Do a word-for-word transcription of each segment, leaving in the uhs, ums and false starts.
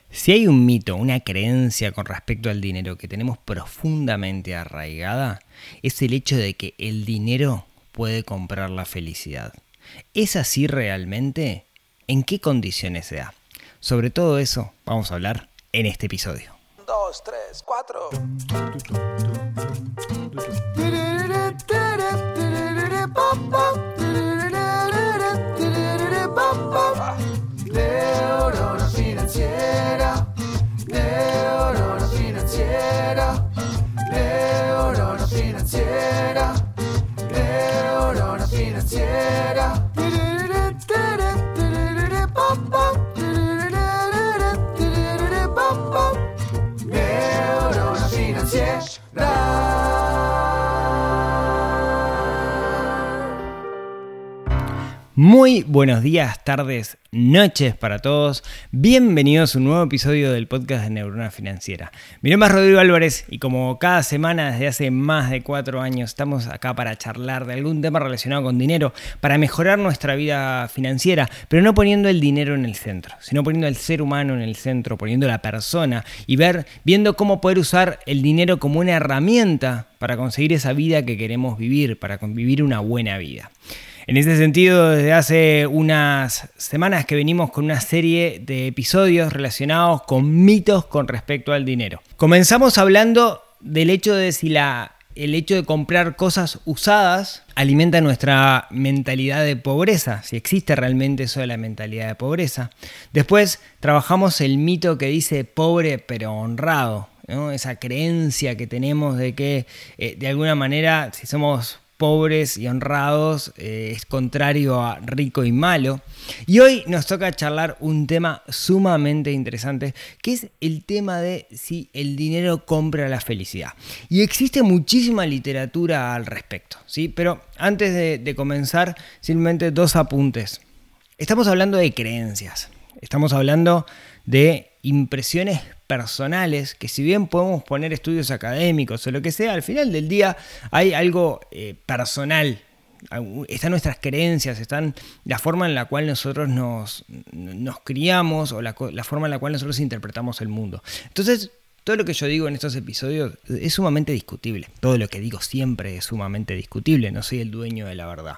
Si hay un mito, una creencia con respecto al dinero que tenemos profundamente arraigada, es el hecho de que el dinero puede comprar la felicidad. ¿Es así realmente? ¿En qué condiciones se da? Sobre todo eso vamos a hablar en este episodio. Dos, tres, cuatro. Neurona financiera, neurona financiera, neurona financiera, neurona financiera. Neurona financiera. Muy buenos días, tardes, noches para todos. Bienvenidos a un nuevo episodio del podcast de Neurona Financiera. Mi nombre es Rodrigo Álvarez y como cada semana desde hace más de cuatro años estamos acá para charlar de algún tema relacionado con dinero, para mejorar nuestra vida financiera, pero no poniendo el dinero en el centro, sino poniendo al ser humano en el centro, poniendo la persona y ver, viendo cómo poder usar el dinero como una herramienta para conseguir esa vida que queremos vivir, para vivir una buena vida. En ese sentido, desde hace unas semanas que venimos con una serie de episodios relacionados con mitos con respecto al dinero. Comenzamos hablando del hecho de si la, el hecho de comprar cosas usadas alimenta nuestra mentalidad de pobreza, si existe realmente eso de la mentalidad de pobreza. Después trabajamos el mito que dice pobre pero honrado, ¿no? Esa creencia que tenemos de que eh, de alguna manera si somos pobres y honrados, eh, es contrario a rico y malo. Y hoy nos toca charlar un tema sumamente interesante, que es el tema de si el dinero compra la felicidad. Y existe muchísima literatura al respecto, ¿sí? Pero antes de, de comenzar, simplemente dos apuntes. Estamos hablando de creencias, estamos hablando de impresiones personales, que si bien podemos poner estudios académicos o lo que sea, al final del día hay algo eh, personal, están nuestras creencias, están la forma en la cual nosotros nos, nos criamos o la, la forma en la cual nosotros interpretamos el mundo. Entonces, todo lo que yo digo en estos episodios es sumamente discutible, todo lo que digo siempre es sumamente discutible, no soy el dueño de la verdad.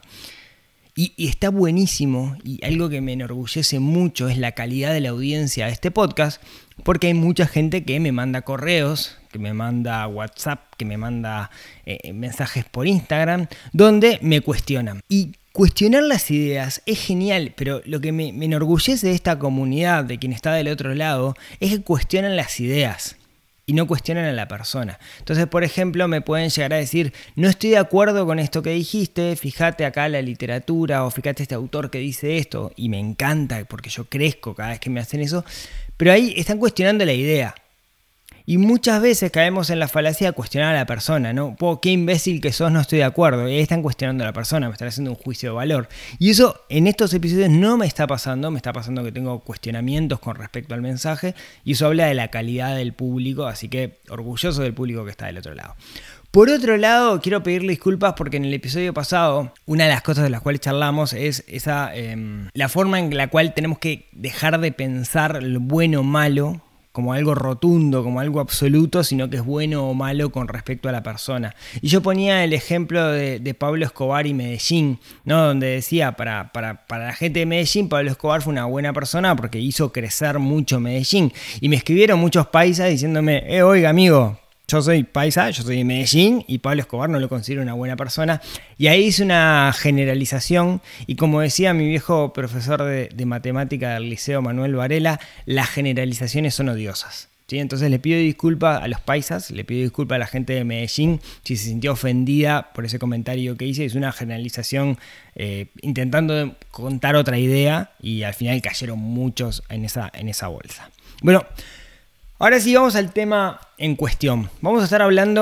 Y, y está buenísimo, y algo que me enorgullece mucho es la calidad de la audiencia de este podcast, porque hay mucha gente que me manda correos, que me manda WhatsApp, que me manda eh, mensajes por Instagram, donde me cuestionan. Y cuestionar las ideas es genial, pero lo que me, me enorgullece de esta comunidad, de quien está del otro lado, es que cuestionan las ideas y no cuestionan a la persona. Entonces, por ejemplo, me pueden llegar a decir, no estoy de acuerdo con esto que dijiste, fíjate acá la literatura o fíjate este autor que dice esto, y me encanta porque yo crezco cada vez que me hacen eso, pero ahí están cuestionando la idea. Y muchas veces caemos en la falacia de cuestionar a la persona, ¿no? Oh, qué imbécil que sos, no estoy de acuerdo. Y ahí están cuestionando a la persona, me están haciendo un juicio de valor. Y eso en estos episodios no me está pasando, me está pasando que tengo cuestionamientos con respecto al mensaje, y eso habla de la calidad del público, así que orgulloso del público que está del otro lado. Por otro lado, quiero pedirle disculpas porque en el episodio pasado, una de las cosas de las cuales charlamos es esa eh, la forma en la cual tenemos que dejar de pensar lo bueno o malo como algo rotundo, como algo absoluto, sino que es bueno o malo con respecto a la persona. Y yo ponía el ejemplo de, de Pablo Escobar y Medellín, ¿no? Donde decía, para, para, para la gente de Medellín, Pablo Escobar fue una buena persona porque hizo crecer mucho Medellín. Y me escribieron muchos paisas diciéndome, eh, oiga amigo, yo soy paisa, yo soy de Medellín y Pablo Escobar no lo considero una buena persona. Y ahí hice una generalización y como decía mi viejo profesor de, de matemática del Liceo Manuel Varela, las generalizaciones son odiosas, ¿sí? Entonces le pido disculpas a los paisas, le pido disculpas a la gente de Medellín si se sintió ofendida por ese comentario que hice. Es una generalización eh, intentando contar otra idea y al final cayeron muchos en esa, en esa bolsa. Bueno, ahora sí, vamos al tema en cuestión. Vamos a estar hablando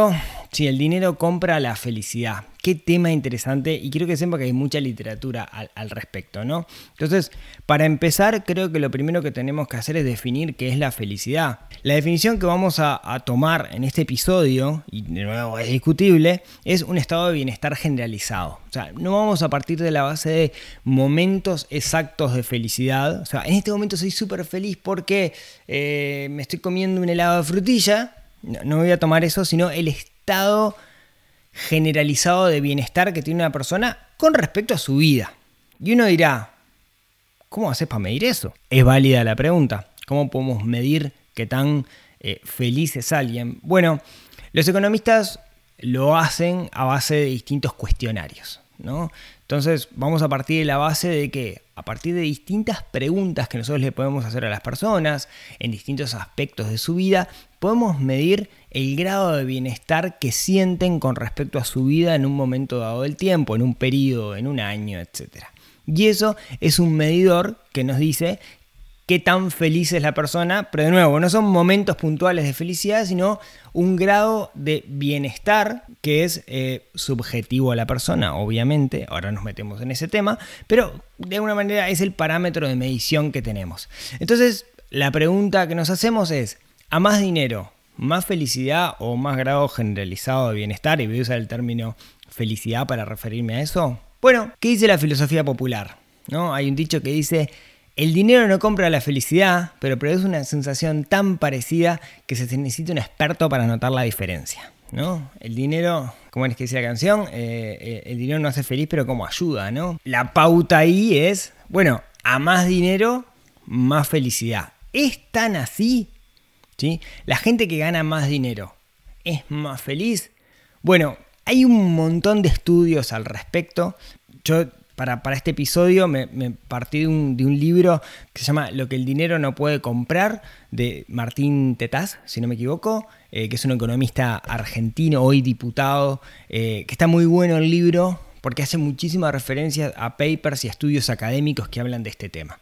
si el dinero compra la felicidad. Qué tema interesante, y quiero que sepan que hay mucha literatura al, al respecto, ¿no? Entonces, para empezar, creo que lo primero que tenemos que hacer es definir qué es la felicidad. La definición que vamos a, a tomar en este episodio, y de nuevo es discutible, es un estado de bienestar generalizado. O sea, no vamos a partir de la base de momentos exactos de felicidad. O sea, en este momento soy súper feliz porque eh, me estoy comiendo un helado de frutilla. No, no voy a tomar eso, sino el estado generalizado de bienestar que tiene una persona con respecto a su vida. Y uno dirá, ¿cómo haces para medir eso? Es válida la pregunta. ¿Cómo podemos medir qué tan eh, feliz es alguien? Bueno, los economistas lo hacen a base de distintos cuestionarios, ¿no? Entonces vamos a partir de la base de que a partir de distintas preguntas que nosotros le podemos hacer a las personas en distintos aspectos de su vida, podemos medir el grado de bienestar que sienten con respecto a su vida en un momento dado del tiempo, en un periodo, en un año, etcétera. Y eso es un medidor que nos dice qué tan feliz es la persona, pero de nuevo, no son momentos puntuales de felicidad, sino un grado de bienestar que es eh, subjetivo a la persona, obviamente, ahora nos metemos en ese tema, pero de alguna manera es el parámetro de medición que tenemos. Entonces, la pregunta que nos hacemos es, ¿a más dinero, más felicidad o más grado generalizado de bienestar? Y voy a usar el término felicidad para referirme a eso. Bueno, ¿qué dice la filosofía popular? ¿No? Hay un dicho que dice: el dinero no compra la felicidad, pero produce una sensación tan parecida que se necesita un experto para notar la diferencia, ¿no? El dinero, ¿cómo es que dice la canción? Eh, eh, el dinero no hace feliz, pero como ayuda, ¿no? La pauta ahí es, bueno, a más dinero, más felicidad. ¿Es tan así? ¿Sí? La gente que gana más dinero, ¿es más feliz? Bueno, hay un montón de estudios al respecto. Yo... Para, para este episodio me, me partí de un, de un libro que se llama Lo que el dinero no puede comprar, de Martín Tetaz, si no me equivoco, eh, que es un economista argentino, hoy diputado, eh, que está muy bueno el libro porque hace muchísimas referencias a papers y estudios académicos que hablan de este tema.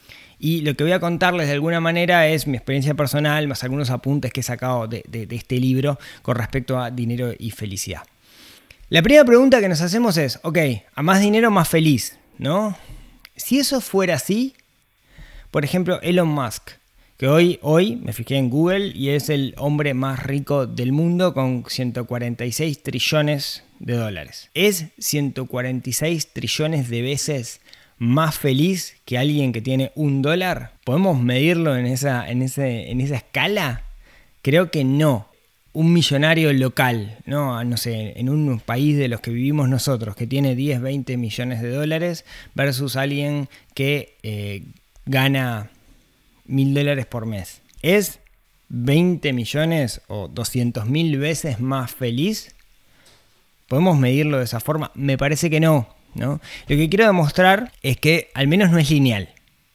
Y lo que voy a contarles de alguna manera es mi experiencia personal, más algunos apuntes que he sacado de, de, de este libro con respecto a dinero y felicidad. La primera pregunta que nos hacemos es, ok, a más dinero más feliz, ¿no? Si eso fuera así, por ejemplo, Elon Musk, que hoy, hoy me fijé en Google y es el hombre más rico del mundo con ciento cuarenta y seis trillones de dólares. ¿Es ciento cuarenta y seis trillones de veces más feliz que alguien que tiene un dólar? ¿Podemos medirlo en esa, en ese, en esa escala? Creo que no. Un millonario local, ¿no? No sé, en un país de los que vivimos nosotros, que tiene diez, veinte millones de dólares, versus alguien que eh, gana mil dólares por mes. ¿Es veinte millones o doscientos mil veces más feliz? ¿Podemos medirlo de esa forma? Me parece que no, ¿no? Lo que quiero demostrar es que al menos no es lineal.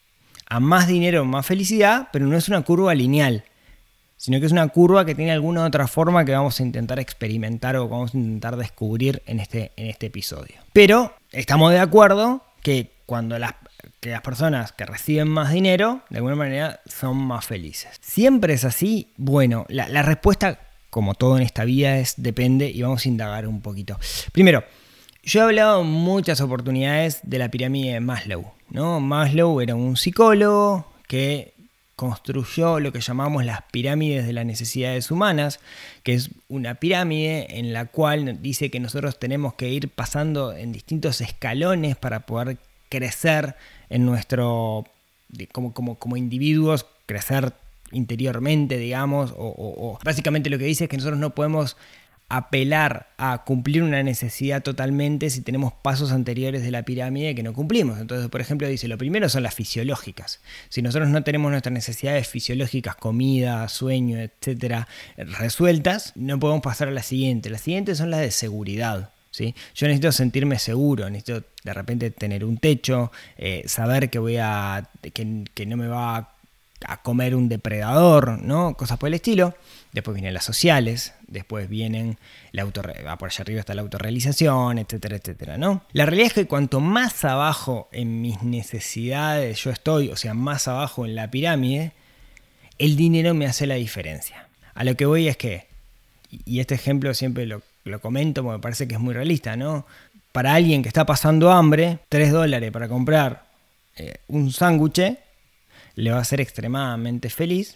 A más dinero, más felicidad, pero no es una curva lineal, sino que es una curva que tiene alguna otra forma que vamos a intentar experimentar o que vamos a intentar descubrir en este, en este episodio. Pero estamos de acuerdo que cuando las, que las personas que reciben más dinero, de alguna manera, son más felices. ¿Siempre es así? Bueno, la, la respuesta, como todo en esta vida, es depende, y vamos a indagar un poquito. Primero, yo he hablado en muchas oportunidades de la pirámide de Maslow, ¿no? Maslow era un psicólogo que construyó lo que llamamos las pirámides de las necesidades humanas, que es una pirámide en la cual dice que nosotros tenemos que ir pasando en distintos escalones para poder crecer en nuestro, como, como, como individuos, crecer interiormente, digamos, o, o, o básicamente lo que dice es que nosotros no podemos apelar a cumplir una necesidad totalmente si tenemos pasos anteriores de la pirámide que no cumplimos. Entonces, por ejemplo, dice, lo primero son las fisiológicas. Si nosotros no tenemos nuestras necesidades fisiológicas, comida, sueño, etcétera, resueltas, no podemos pasar a la siguiente. Las siguientes son las de seguridad, ¿sí? Yo necesito sentirme seguro, necesito de repente tener un techo, eh, saber que voy a que, que no me va a a comer un depredador, ¿no? Cosas por el estilo. Después vienen las sociales, después vienen la auto, por allá arriba está la autorrealización, etcétera, etcétera, ¿no? La realidad es que cuanto más abajo en mis necesidades yo estoy, o sea, más abajo en la pirámide, el dinero me hace la diferencia. A lo que voy es que, y este ejemplo siempre lo, lo comento porque me parece que es muy realista, ¿no? Para alguien que está pasando hambre, tres dólares para comprar eh, un sándwich le va a hacer extremadamente feliz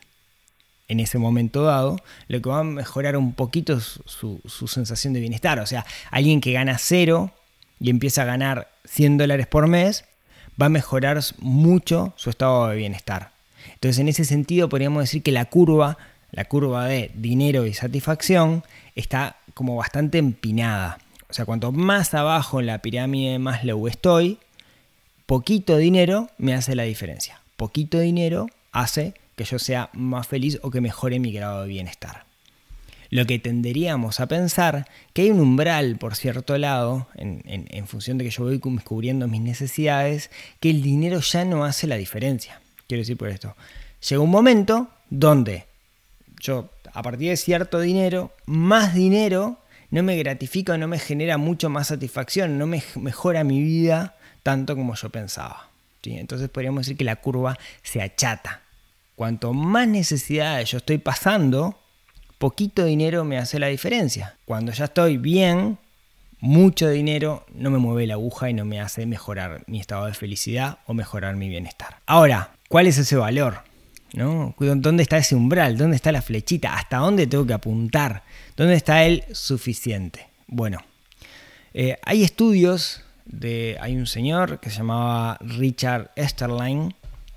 en ese momento dado, lo que va a mejorar un poquito su, su, su sensación de bienestar. O sea, alguien que gana cero y empieza a ganar cien dólares por mes, va a mejorar mucho su estado de bienestar. Entonces, en ese sentido, podríamos decir que la curva, la curva de dinero y satisfacción, está como bastante empinada. O sea, cuanto más abajo en la pirámide de Maslow estoy, poquito dinero me hace la diferencia. Poquito dinero hace que yo sea más feliz o que mejore mi grado de bienestar. Lo que tenderíamos a pensar que hay un umbral por cierto lado, en, en, en función de que yo voy descubriendo mis necesidades, que el dinero ya no hace la diferencia. Quiero decir por esto, llega un momento donde yo, a partir de cierto dinero, más dinero no me gratifica, no me genera mucho más satisfacción, no me mejora mi vida tanto como yo pensaba. ¿Sí? Entonces podríamos decir que la curva se achata. Cuanto más necesidades yo estoy pasando, poquito dinero me hace la diferencia. Cuando ya estoy bien, mucho dinero no me mueve la aguja y no me hace mejorar mi estado de felicidad o mejorar mi bienestar. Ahora, ¿cuál es ese valor? ¿No? ¿Dónde está ese umbral? ¿Dónde está la flechita? ¿Hasta dónde tengo que apuntar? ¿Dónde está el suficiente? Bueno, eh, hay estudios, de, hay un señor que se llamaba Richard Esterline,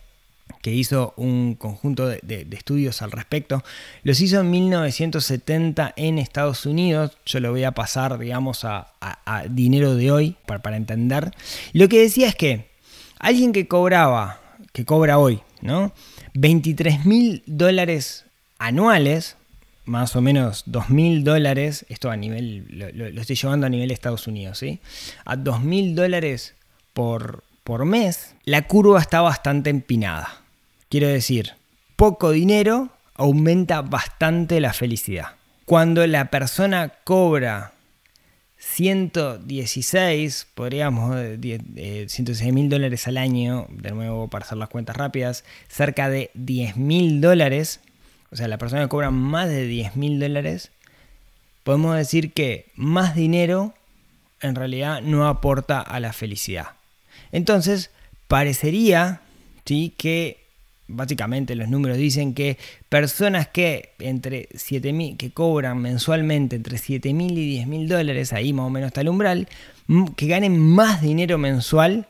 que hizo un conjunto de, de, de estudios al respecto. Los hizo en mil novecientos setenta en Estados Unidos. Yo lo voy a pasar, digamos, a, a, a dinero de hoy para, para entender. Lo que decía es que alguien que cobraba, que cobra hoy, ¿no? veintitrés mil dólares anuales, más o menos dos mil dólares, esto a nivel, lo, lo, lo estoy llevando a nivel de Estados Unidos, ¿sí? A dos mil dólares por, por mes, la curva está bastante empinada. Quiero decir, poco dinero aumenta bastante la felicidad. Cuando la persona cobra ciento dieciséis, podríamos, eh, ciento dieciséis mil dólares al año, de nuevo para hacer las cuentas rápidas, cerca de diez mil dólares, o sea, la persona que cobra más de diez mil dólares, podemos decir que más dinero en realidad no aporta a la felicidad. Entonces, parecería, ¿sí?, que básicamente los números dicen que personas que entre siete mil, que cobran mensualmente entre siete mil y diez mil dólares, ahí más o menos está el umbral, que ganen más dinero mensual,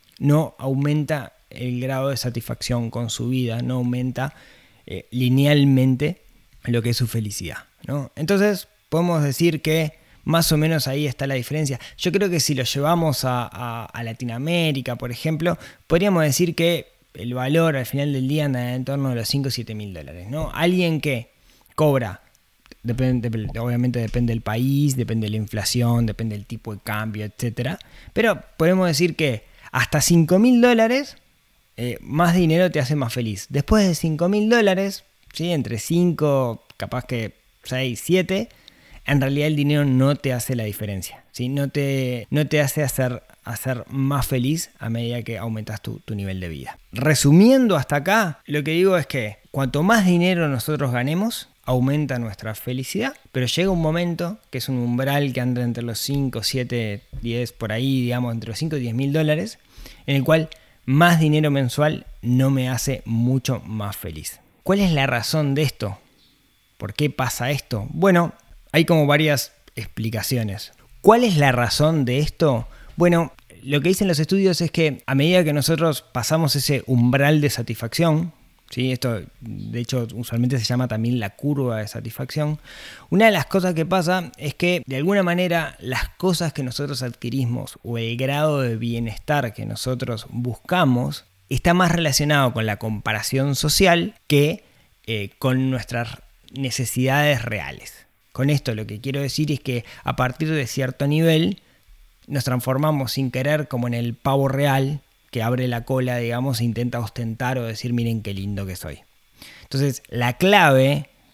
no aumenta el grado de satisfacción con su vida, no aumenta eh, linealmente lo que es su felicidad, ¿no? Entonces podemos decir que más o menos ahí está la diferencia. Yo creo que si lo llevamos a, a, a Latinoamérica, por ejemplo, podríamos decir que el valor al final del día anda en torno a los cinco o siete mil dólares, ¿no? Alguien que cobra, depende, obviamente depende del país, depende de la inflación, depende del tipo de cambio, etcétera. Pero podemos decir que hasta cinco mil dólares, eh, más dinero te hace más feliz. Después de cinco mil dólares, ¿sí?, entre cinco, capaz que seis, siete, en realidad el dinero no te hace la diferencia, ¿sí? No te, no te hace hacer, hacer más feliz a medida que aumentas tu, tu nivel de vida. Resumiendo hasta acá, lo que digo es que cuanto más dinero nosotros ganemos, aumenta nuestra felicidad, pero llega un momento, que es un umbral que anda entre los cinco, siete, diez, por ahí, digamos, entre los cinco y diez mil dólares, en el cual más dinero mensual no me hace mucho más feliz. ¿Cuál es la razón de esto? ¿Por qué pasa esto? Bueno, hay como varias explicaciones. ¿Cuál es la razón de esto? Bueno, lo que dicen los estudios es que a medida que nosotros pasamos ese umbral de satisfacción, ¿sí?, esto de hecho usualmente se llama también la curva de satisfacción, una de las cosas que pasa es que de alguna manera las cosas que nosotros adquirimos o el grado de bienestar que nosotros buscamos está más relacionado con la comparación social que eh, con nuestras necesidades reales. Con esto lo que quiero decir es que a partir de cierto nivel nos transformamos sin querer como en el pavo real que abre la cola, digamos, e intenta ostentar o decir miren qué lindo que soy. Entonces la clave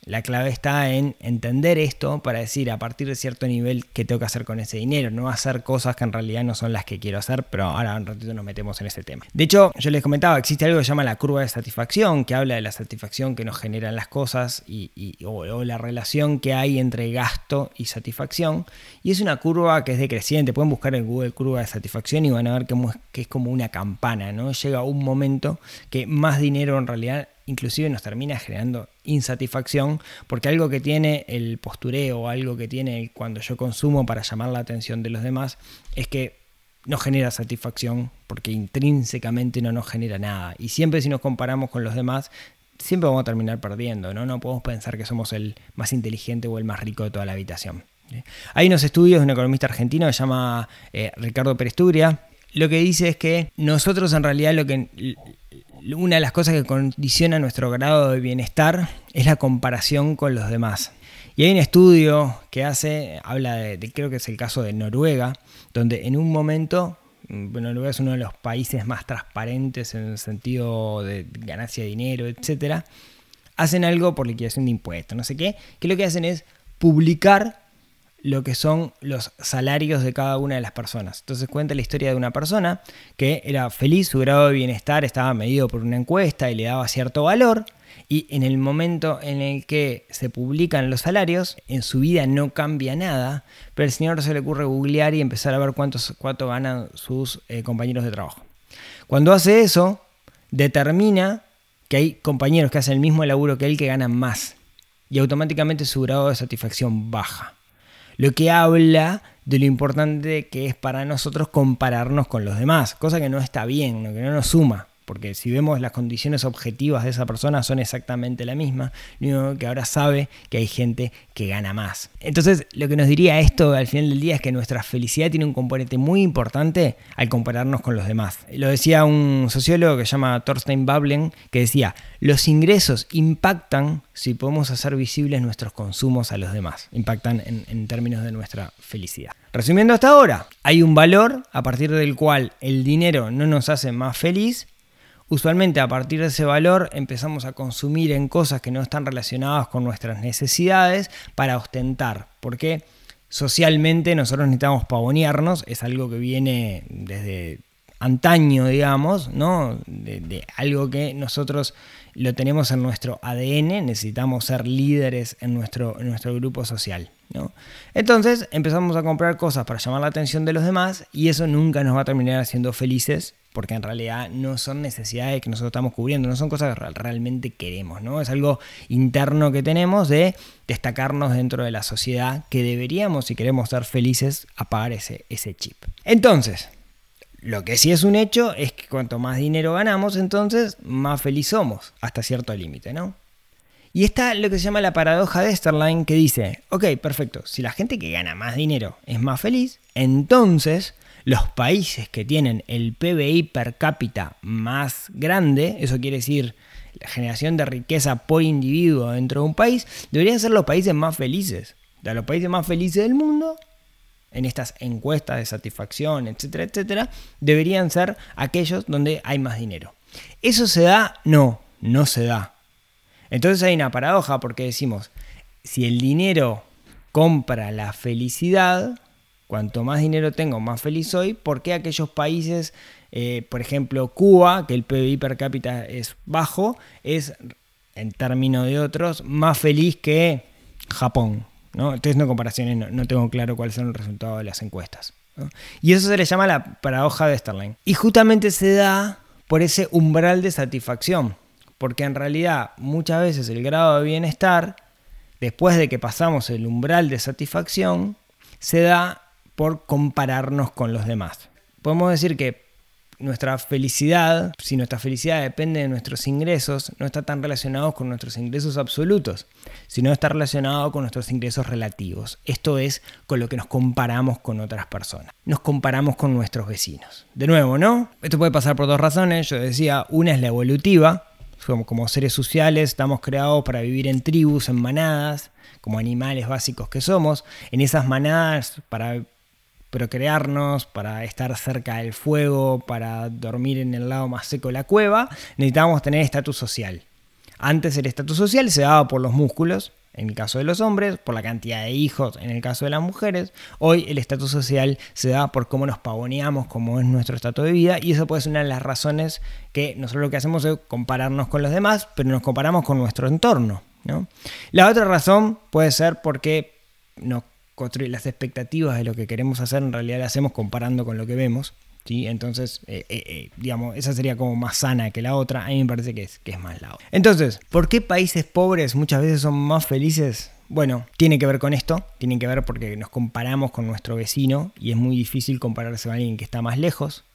La clave está en entender esto para decir a partir de cierto nivel qué tengo que hacer con ese dinero, no hacer cosas que en realidad no son las que quiero hacer, pero ahora un ratito nos metemos en ese tema. De hecho, yo les comentaba, existe algo que se llama la curva de satisfacción, que habla de la satisfacción que nos generan las cosas y, y, o, o la relación que hay entre gasto y satisfacción, y es una curva que es decreciente. Pueden buscar en Google curva de satisfacción y van a ver que, que es como una campana, ¿no? Llega un momento que más dinero en realidad inclusive nos termina generando insatisfacción, porque algo que tiene el postureo, algo que tiene cuando yo consumo para llamar la atención de los demás, es que no genera satisfacción, porque intrínsecamente no nos genera nada. Y siempre si nos comparamos con los demás, siempre vamos a terminar perdiendo, ¿no? No podemos pensar que somos el más inteligente o el más rico de toda la habitación. Hay unos estudios de un economista argentino que se llama eh, Ricardo Peresturia. Lo que dice es que nosotros en realidad lo que... Una de las cosas que condiciona nuestro grado de bienestar es la comparación con los demás. Y hay un estudio que hace, habla de, de creo que es el caso de Noruega, donde en un momento, Noruega es uno de los países más transparentes en el sentido de ganancia de dinero, etcétera, hacen algo por liquidación de impuestos, no sé qué, que lo que hacen es publicar lo que son los salarios de cada una de las personas. Entonces cuenta la historia de una persona que era feliz, su grado de bienestar estaba medido por una encuesta y le daba cierto valor, y en el momento en el que se publican los salarios, en su vida no cambia nada, pero al señor se le ocurre googlear y empezar a ver cuántos, cuánto ganan sus eh, compañeros de trabajo. Cuando hace eso, determina que hay compañeros que hacen el mismo laburo que él que ganan más, y automáticamente su grado de satisfacción baja. Lo que habla de lo importante que es para nosotros compararnos con los demás, cosa que no está bien, que no nos suma, porque si vemos las condiciones objetivas de esa persona son exactamente la misma, lo único que ahora sabe que hay gente que gana más. Entonces, lo que nos diría esto al final del día es que nuestra felicidad tiene un componente muy importante al compararnos con los demás. Lo decía un sociólogo que se llama Thorstein Veblen, que decía: los ingresos impactan si podemos hacer visibles nuestros consumos a los demás, impactan en, en términos de nuestra felicidad. Resumiendo hasta ahora, hay un valor a partir del cual el dinero no nos hace más feliz. Usualmente a partir de ese valor empezamos a consumir en cosas que no están relacionadas con nuestras necesidades para ostentar, porque socialmente nosotros necesitamos pavonearnos, es algo que viene desde antaño, digamos, ¿no? De, de algo que nosotros lo tenemos en nuestro A D N, necesitamos ser líderes en nuestro, en nuestro grupo social, ¿no? Entonces empezamos a comprar cosas para llamar la atención de los demás y eso nunca nos va a terminar haciendo felices, porque en realidad no son necesidades que nosotros estamos cubriendo, no son cosas que realmente queremos, ¿no? Es algo interno que tenemos de destacarnos dentro de la sociedad, que deberíamos, si queremos ser felices, apagar ese, ese chip. Entonces, lo que sí es un hecho es que cuanto más dinero ganamos, entonces más feliz somos, hasta cierto límite, ¿no? Y está lo que se llama la paradoja de Esterline, que dice: ok, perfecto, si la gente que gana más dinero es más feliz, entonces los países que tienen el P B I per cápita más grande, eso quiere decir la generación de riqueza por individuo dentro de un país, deberían ser los países más felices. O sea, los países más felices del mundo, en estas encuestas de satisfacción, etcétera, etcétera, deberían ser aquellos donde hay más dinero. ¿Eso se da? No, no se da. Entonces hay una paradoja, porque decimos, si el dinero compra la felicidad, cuanto más dinero tengo, más feliz soy. ¿Por qué aquellos países, eh, por ejemplo Cuba, que el P B I per cápita es bajo, es, en términos de otros, más feliz que Japón, ¿no? Entonces, no comparaciones, no, no tengo claro cuáles son los resultados de las encuestas, ¿no? Y eso se le llama la paradoja de Esterline. Y justamente se da por ese umbral de satisfacción, porque en realidad muchas veces el grado de bienestar, después de que pasamos el umbral de satisfacción, se da por compararnos con los demás. Podemos decir que nuestra felicidad, si nuestra felicidad depende de nuestros ingresos, no está tan relacionado con nuestros ingresos absolutos, sino está relacionado con nuestros ingresos relativos. Esto es, con lo que nos comparamos con otras personas. Nos comparamos con nuestros vecinos. De nuevo, ¿no? Esto puede pasar por dos razones. Yo decía, una es la evolutiva. Como, como seres sociales estamos creados para vivir en tribus, en manadas, como animales básicos que somos. En esas manadas, para procrearnos, para estar cerca del fuego, para dormir en el lado más seco de la cueva, necesitamos tener estatus social. Antes el estatus social se daba por los músculos, en el caso de los hombres, por la cantidad de hijos en el caso de las mujeres. Hoy el estatus social se da por cómo nos pavoneamos, cómo es nuestro estatus de vida, y eso puede ser una de las razones que nosotros lo que hacemos es compararnos con los demás, pero nos comparamos con nuestro entorno, ¿no? La otra razón puede ser porque nos construir las expectativas de lo que queremos hacer, en realidad las hacemos comparando con lo que vemos, ¿sí? Entonces, eh, eh, eh, digamos, esa sería como más sana que la otra. A mí me parece que es, que es más la otra. Entonces, ¿por qué países pobres muchas veces son más felices? Bueno, tiene que ver con esto, tiene que ver porque nos comparamos con nuestro vecino y es muy difícil compararse con alguien que está más lejos.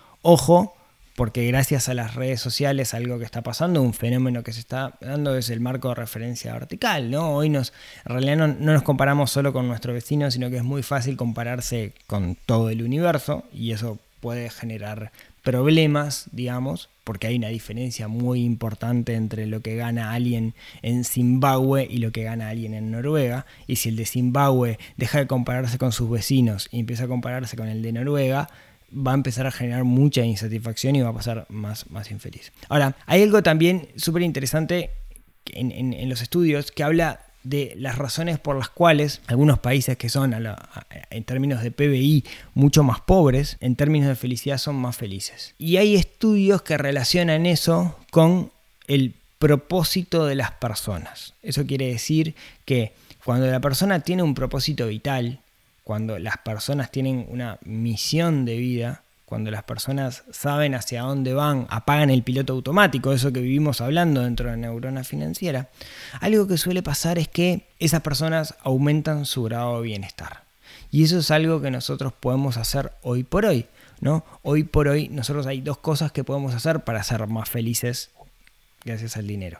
Ojo, porque gracias a las redes sociales algo que está pasando, un fenómeno que se está dando es el marco de referencia vertical, ¿no? Hoy nos, en realidad no, no nos comparamos solo con nuestro vecino, sino que es muy fácil compararse con todo el universo y eso puede generar problemas, digamos, porque hay una diferencia muy importante entre lo que gana alguien en Zimbabue y lo que gana alguien en Noruega, y si el de Zimbabue deja de compararse con sus vecinos y empieza a compararse con el de Noruega, va a empezar a generar mucha insatisfacción y va a pasar más, más infeliz. Ahora, hay algo también súper interesante en, en, en los estudios que habla de las razones por las cuales algunos países que son a la, a, en términos de P B I mucho más pobres, en términos de felicidad son más felices. Y hay estudios que relacionan eso con el propósito de las personas. Eso quiere decir que cuando la persona tiene un propósito vital, cuando las personas tienen una misión de vida, cuando las personas saben hacia dónde van, apagan el piloto automático, eso que vivimos hablando dentro de Neurona Financiera, algo que suele pasar es que esas personas aumentan su grado de bienestar. Y eso es algo que nosotros podemos hacer hoy por hoy, ¿no? Hoy por hoy nosotros hay dos cosas que podemos hacer para ser más felices gracias al dinero.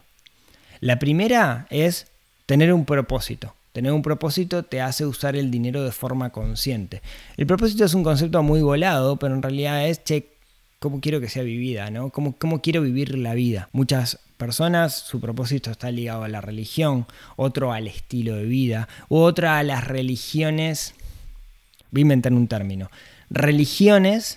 La primera es tener un propósito. Tener un propósito te hace usar el dinero de forma consciente. El propósito es un concepto muy volado, pero en realidad es, che, ¿cómo quiero que sea vivida, ¿no? ¿Cómo, cómo quiero vivir la vida? Muchas personas, su propósito está ligado a la religión, otro al estilo de vida, u otra a las religiones. Voy a inventar un término. Religiones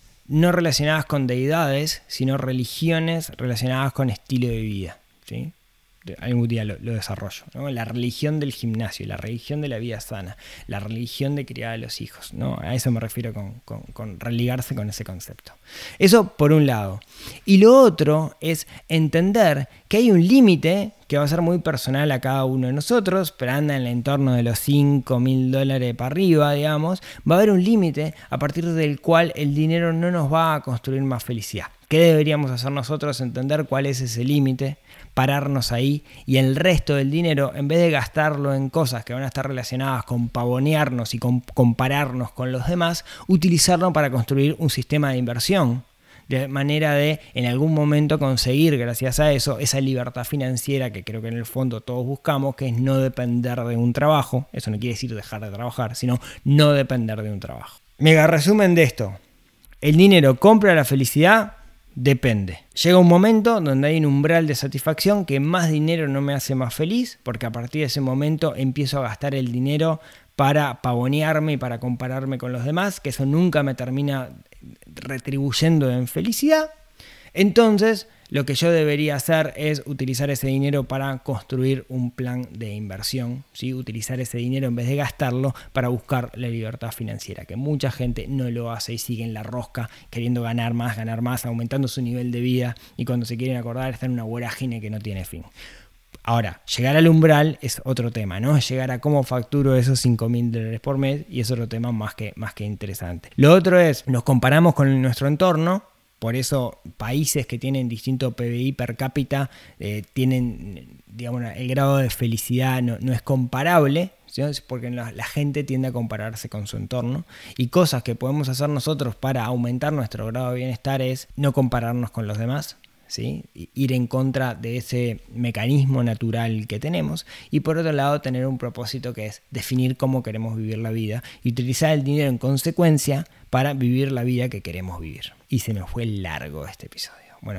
no relacionadas con deidades, sino religiones relacionadas con estilo de vida, ¿sí? Algún día lo, lo desarrollo, ¿no? La religión del gimnasio, la religión de la vida sana, la religión de criar a los hijos, ¿no? A eso me refiero con, con, con religarse con ese concepto. Eso por un lado. Y lo otro es entender que hay un límite que va a ser muy personal a cada uno de nosotros, pero anda en el entorno de los cinco mil dólares para arriba, digamos. Va a haber un límite a partir del cual el dinero no nos va a construir más felicidad. ¿Qué deberíamos hacer nosotros? Entender cuál es ese límite, pararnos ahí y el resto del dinero, en vez de gastarlo en cosas que van a estar relacionadas con pavonearnos y con compararnos con los demás, utilizarlo para construir un sistema de inversión, de manera de en algún momento conseguir, gracias a eso, esa libertad financiera que creo que en el fondo todos buscamos, que es no depender de un trabajo. Eso no quiere decir dejar de trabajar, sino no depender de un trabajo. Mega resumen de esto: ¿el dinero compra la felicidad? Depende. Llega un momento donde hay un umbral de satisfacción que más dinero no me hace más feliz, porque a partir de ese momento empiezo a gastar el dinero para pavonearme y para compararme con los demás, que eso nunca me termina retribuyendo en felicidad. Entonces, lo que yo debería hacer es utilizar ese dinero para construir un plan de inversión, ¿sí? Utilizar ese dinero en vez de gastarlo para buscar la libertad financiera, que mucha gente no lo hace y sigue en la rosca queriendo ganar más, ganar más, aumentando su nivel de vida, y cuando se quieren acordar está en una vorágine que no tiene fin. Ahora, llegar al umbral es otro tema, ¿no? Llegar a cómo facturo esos cinco mil dólares por mes, y es otro tema más que, más que interesante. Lo otro es, nos comparamos con nuestro entorno. Por eso países que tienen distinto P B I per cápita eh, tienen, digamos, el grado de felicidad no, no es comparable, ¿sí? Porque la, la gente tiende a compararse con su entorno, y cosas que podemos hacer nosotros para aumentar nuestro grado de bienestar es no compararnos con los demás, ¿sí? Ir en contra de ese mecanismo natural que tenemos, y por otro lado tener un propósito que es definir cómo queremos vivir la vida y utilizar el dinero en consecuencia para vivir la vida que queremos vivir. Y se me fue largo este episodio. Bueno,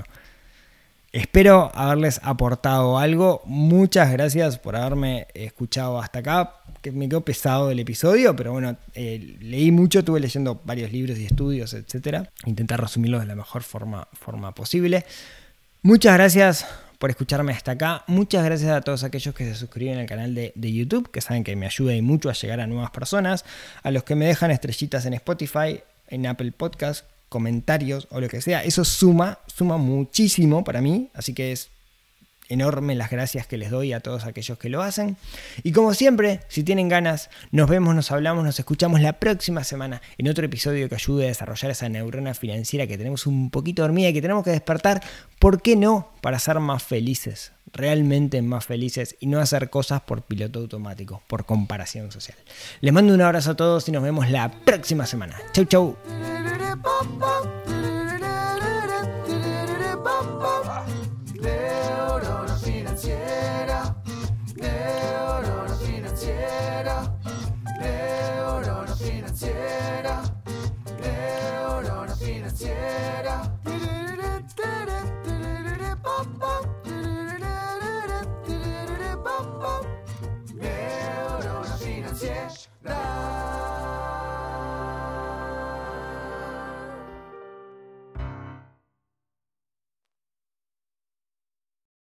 espero haberles aportado algo. Muchas gracias por haberme escuchado hasta acá, que me quedó pesado el episodio, pero bueno, eh, leí mucho, estuve leyendo varios libros y estudios, etcétera. Intentar resumirlos de la mejor forma, forma posible. Muchas gracias por escucharme hasta acá. Muchas gracias a todos aquellos que se suscriben al canal de, de YouTube, que saben que me ayuda y mucho a llegar a nuevas personas. A los que me dejan estrellitas en Spotify, en Apple Podcast, comentarios o lo que sea. Eso suma, suma muchísimo para mí. Así que es enorme las gracias que les doy a todos aquellos que lo hacen. Y como siempre, si tienen ganas, nos vemos, nos hablamos, nos escuchamos la próxima semana en otro episodio que ayude a desarrollar esa neurona financiera que tenemos un poquito dormida y que tenemos que despertar, ¿por qué no? Para ser más felices, realmente más felices y no hacer cosas por piloto automático, por comparación social. Les mando un abrazo a todos y nos vemos la próxima semana. Chau, chau.